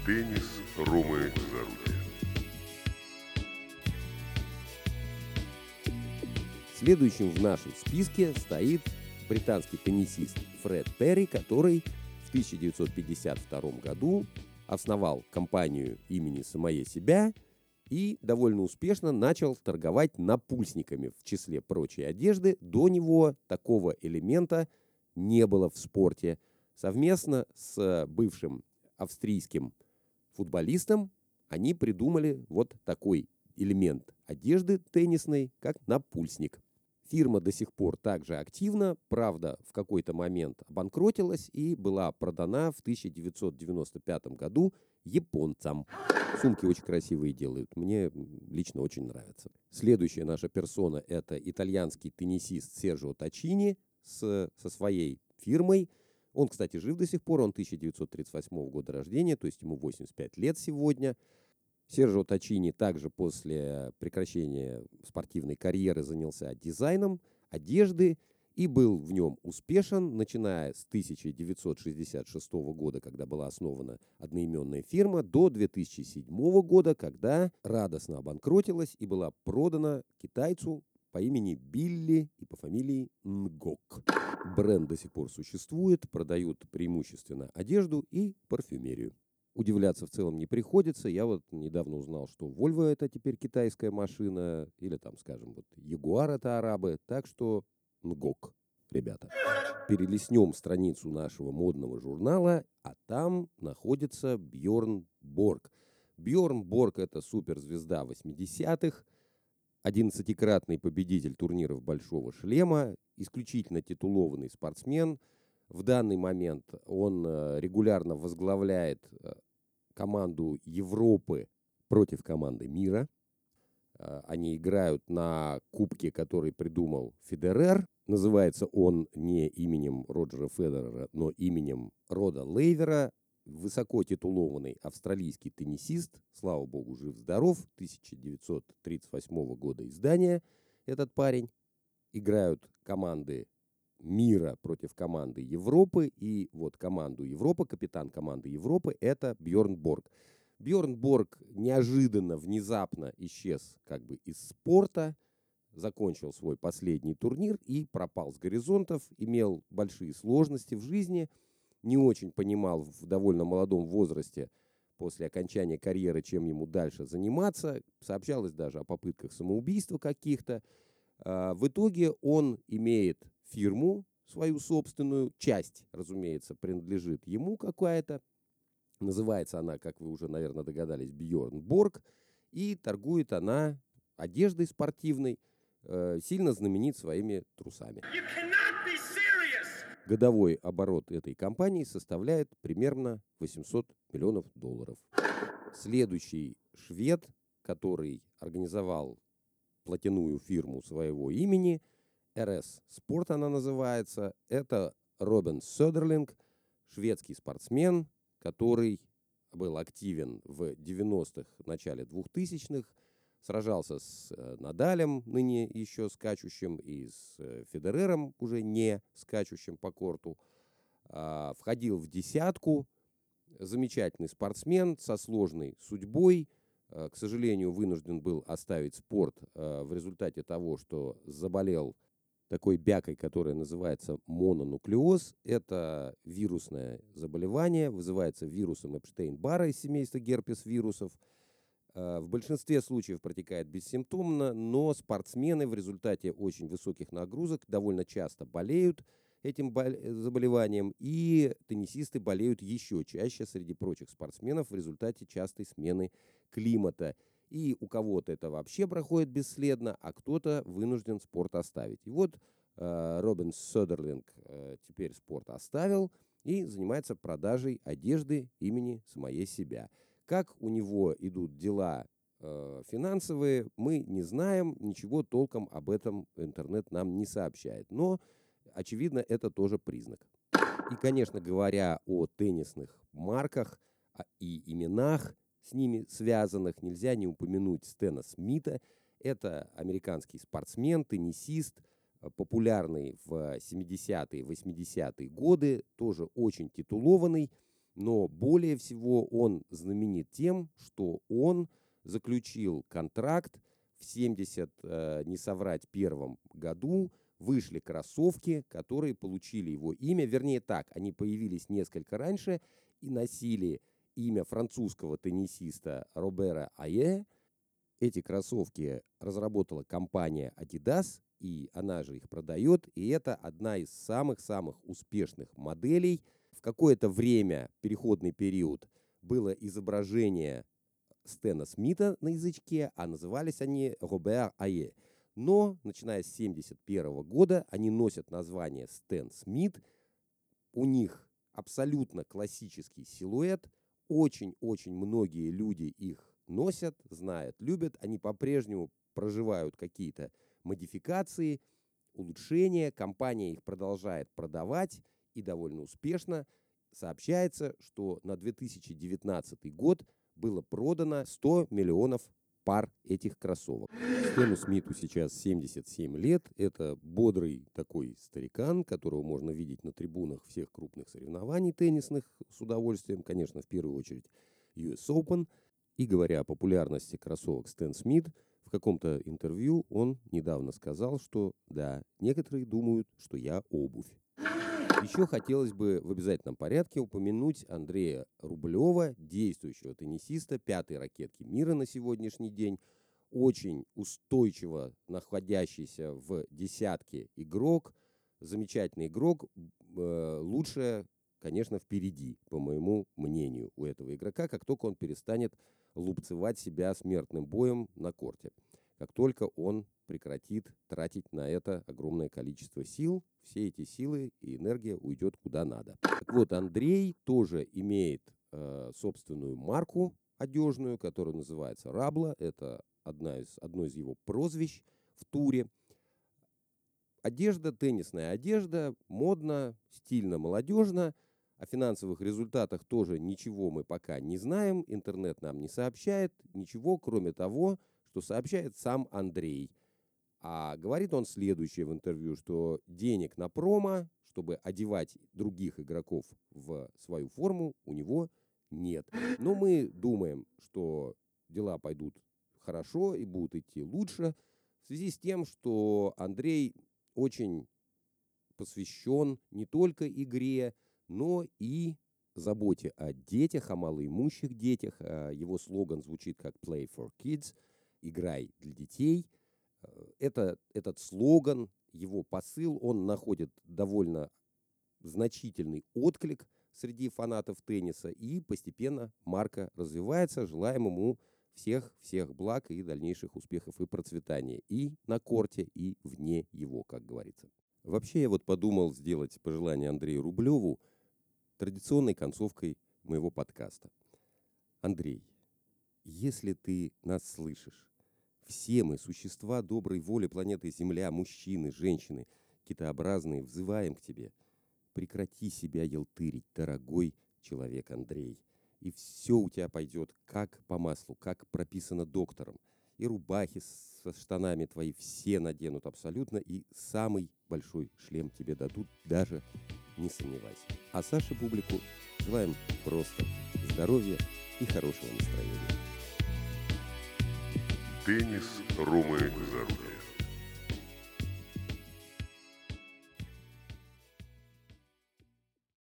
Теннис Ромы Заруби. Следующим в нашем списке стоит британский теннисист Фред Перри, который в 1952 году основал компанию имени самого себя и довольно успешно начал торговать напульсниками в числе прочей одежды. До него такого элемента не было в спорте. Совместно с бывшим австрийским футболистом они придумали вот такой элемент одежды теннисной, как напульсник. Фирма до сих пор также активна, правда, в какой-то момент обанкротилась и была продана в 1995 году японцам. Сумки очень красивые делают, мне лично очень нравятся. Следующая наша персона – это итальянский теннисист Серджио Таччини со своей фирмой. Он, кстати, жив до сих пор, он 1938 года рождения, то есть ему 85 лет сегодня. Серджио Таччини также после прекращения спортивной карьеры занялся дизайном одежды и был в нем успешен, начиная с 1966 года, когда была основана одноименная фирма, до 2007 года, когда радостно обанкротилась и была продана китайцу по имени Билли и по фамилии Нгок. Бренд до сих пор существует, продают преимущественно одежду и парфюмерию. Удивляться в целом не приходится. Я вот недавно узнал, что Volvo — это теперь китайская машина, или там, скажем, вот Jaguar — это арабы. Так что Нгок, ребята. Перелистнем страницу нашего модного журнала, а там находится Бьорн Борг. Бьорн Борг — это суперзвезда 80-х, 11-кратный победитель турниров «Большого шлема», исключительно титулованный спортсмен. В данный момент он регулярно возглавляет команду Европы против команды мира. Они играют на кубке, который придумал Федерер. Называется он не именем Роджера Федерера, но именем Рода Лейвера. Высоко титулованный австралийский теннисист, слава богу, жив-здоров, 1938 года издания этот парень. Играют команды мира против команды Европы, и вот команду Европы, капитан команды Европы – это Бьорн Борг. Бьорн Борг неожиданно, внезапно исчез как бы из спорта, закончил свой последний турнир и пропал с горизонтов, имел большие сложности в жизни, не очень понимал в довольно молодом возрасте после окончания карьеры, чем ему дальше заниматься, сообщалось даже о попытках самоубийства каких-то. В итоге он имеет фирму свою собственную, часть, разумеется, принадлежит ему какая-то. Называется она, как вы уже, наверное, догадались, Бьорн Борг. И торгует она одеждой спортивной, сильно знаменит своими трусами. Годовой оборот этой компании составляет примерно $800 миллионов. Следующий швед, который организовал платяную фирму своего имени, RS Sport она называется, это Робин Söderling, шведский спортсмен, который был активен в 90-х, начале 2000-х, сражался с Надалем, ныне еще скачущим, и с Федерером, уже не скачущим по корту, входил в десятку, замечательный спортсмен со сложной судьбой. К сожалению, вынужден был оставить спорт в результате того, что заболел такой бякой, которая называется мононуклеоз. Это вирусное заболевание, вызывается вирусом Эпштейн-Барра из семейства герпес-вирусов. В большинстве случаев протекает бессимптомно, но спортсмены в результате очень высоких нагрузок довольно часто болеют этим заболеванием, и теннисисты болеют еще чаще среди прочих спортсменов в результате частой смены климата. И у кого-то это вообще проходит бесследно, а кто-то вынужден спорт оставить. И вот Робин Söderling теперь спорт оставил и занимается продажей одежды имени самого себя. Как у него идут дела финансовые, мы не знаем, ничего толком об этом интернет нам не сообщает. Но, очевидно, это тоже признак. И, конечно, говоря о теннисных марках и именах, с ними связанных, нельзя не упомянуть Стэна Смита. Это американский спортсмен, теннисист, популярный в 70-е, 80-е годы, тоже очень титулованный. Но более всего он знаменит тем, что он заключил контракт в 70, не соврать, первом году. Вышли кроссовки, которые получили его имя. Вернее так, они появились несколько раньше и носили имя французского теннисиста Робера Ае. Эти кроссовки разработала компания Adidas, и она же их продает. И это одна из самых-самых успешных моделей. В какое-то время, переходный период, было изображение Стэна Смита на язычке, а назывались они Робер Ае. Но, начиная с 1971 года, они носят название Стэн Смит. У них абсолютно классический силуэт. Очень-очень многие люди их носят, знают, любят. Они по-прежнему проживают какие-то модификации, улучшения. Компания их продолжает продавать и довольно успешно. Сообщается, что на 2019 год было продано 100 миллионов пар этих кроссовок. Стэну Смиту сейчас 77 лет. Это бодрый такой старикан, которого можно видеть на трибунах всех крупных соревнований теннисных с удовольствием. Конечно, в первую очередь US Open. И говоря о популярности кроссовок Стэн Смит, в каком-то интервью он недавно сказал, что да, некоторые думают, что я обувь. Еще хотелось бы в обязательном порядке упомянуть Андрея Рублева, действующего теннисиста, 5-й ракетки мира на сегодняшний день. Очень устойчиво находящийся в десятке игрок. Замечательный игрок. Лучшее, конечно, впереди, по моему мнению, у этого игрока, как только он перестанет лупцевать себя смертным боем на корте. Как только он прекратит тратить на это огромное количество сил, все эти силы и энергия уйдет куда надо. Так вот, Андрей тоже имеет собственную марку одежную, которая называется Рабла. Это одно из его прозвищ в туре. Одежда, теннисная одежда, модно, стильно, молодежно. О финансовых результатах тоже ничего мы пока не знаем. Интернет нам не сообщает ничего, кроме того, что сообщает сам Андрей. А говорит он следующее в интервью, что денег на промо, чтобы одевать других игроков в свою форму, у него нет. Но мы думаем, что дела пойдут хорошо и будут идти лучше, в связи с тем, что Андрей очень посвящен не только игре, но и заботе о детях, о малоимущих детях. Его слоган звучит как «Play for Kids», «Играй для детей». Этот слоган, его посыл, он находит довольно значительный отклик среди фанатов тенниса, и постепенно марка развивается. Желаем ему всех благ и дальнейших успехов и процветания и на корте, и вне его, как говорится. Вообще, я вот подумал сделать пожелание Андрею Рублеву традиционной концовкой моего подкаста. Андрей, если ты нас слышишь, все мы, существа доброй воли планеты Земля, мужчины, женщины, китообразные, взываем к тебе. Прекрати себя елтырить, дорогой человек Андрей. И все у тебя пойдет как по маслу, как прописано доктором. И рубахи со штанами твои все наденут абсолютно, и самый большой шлем тебе дадут, даже не сомневайся. А Саше Бублику желаем просто здоровья и хорошего настроения. Теннис Ромы Зарубия.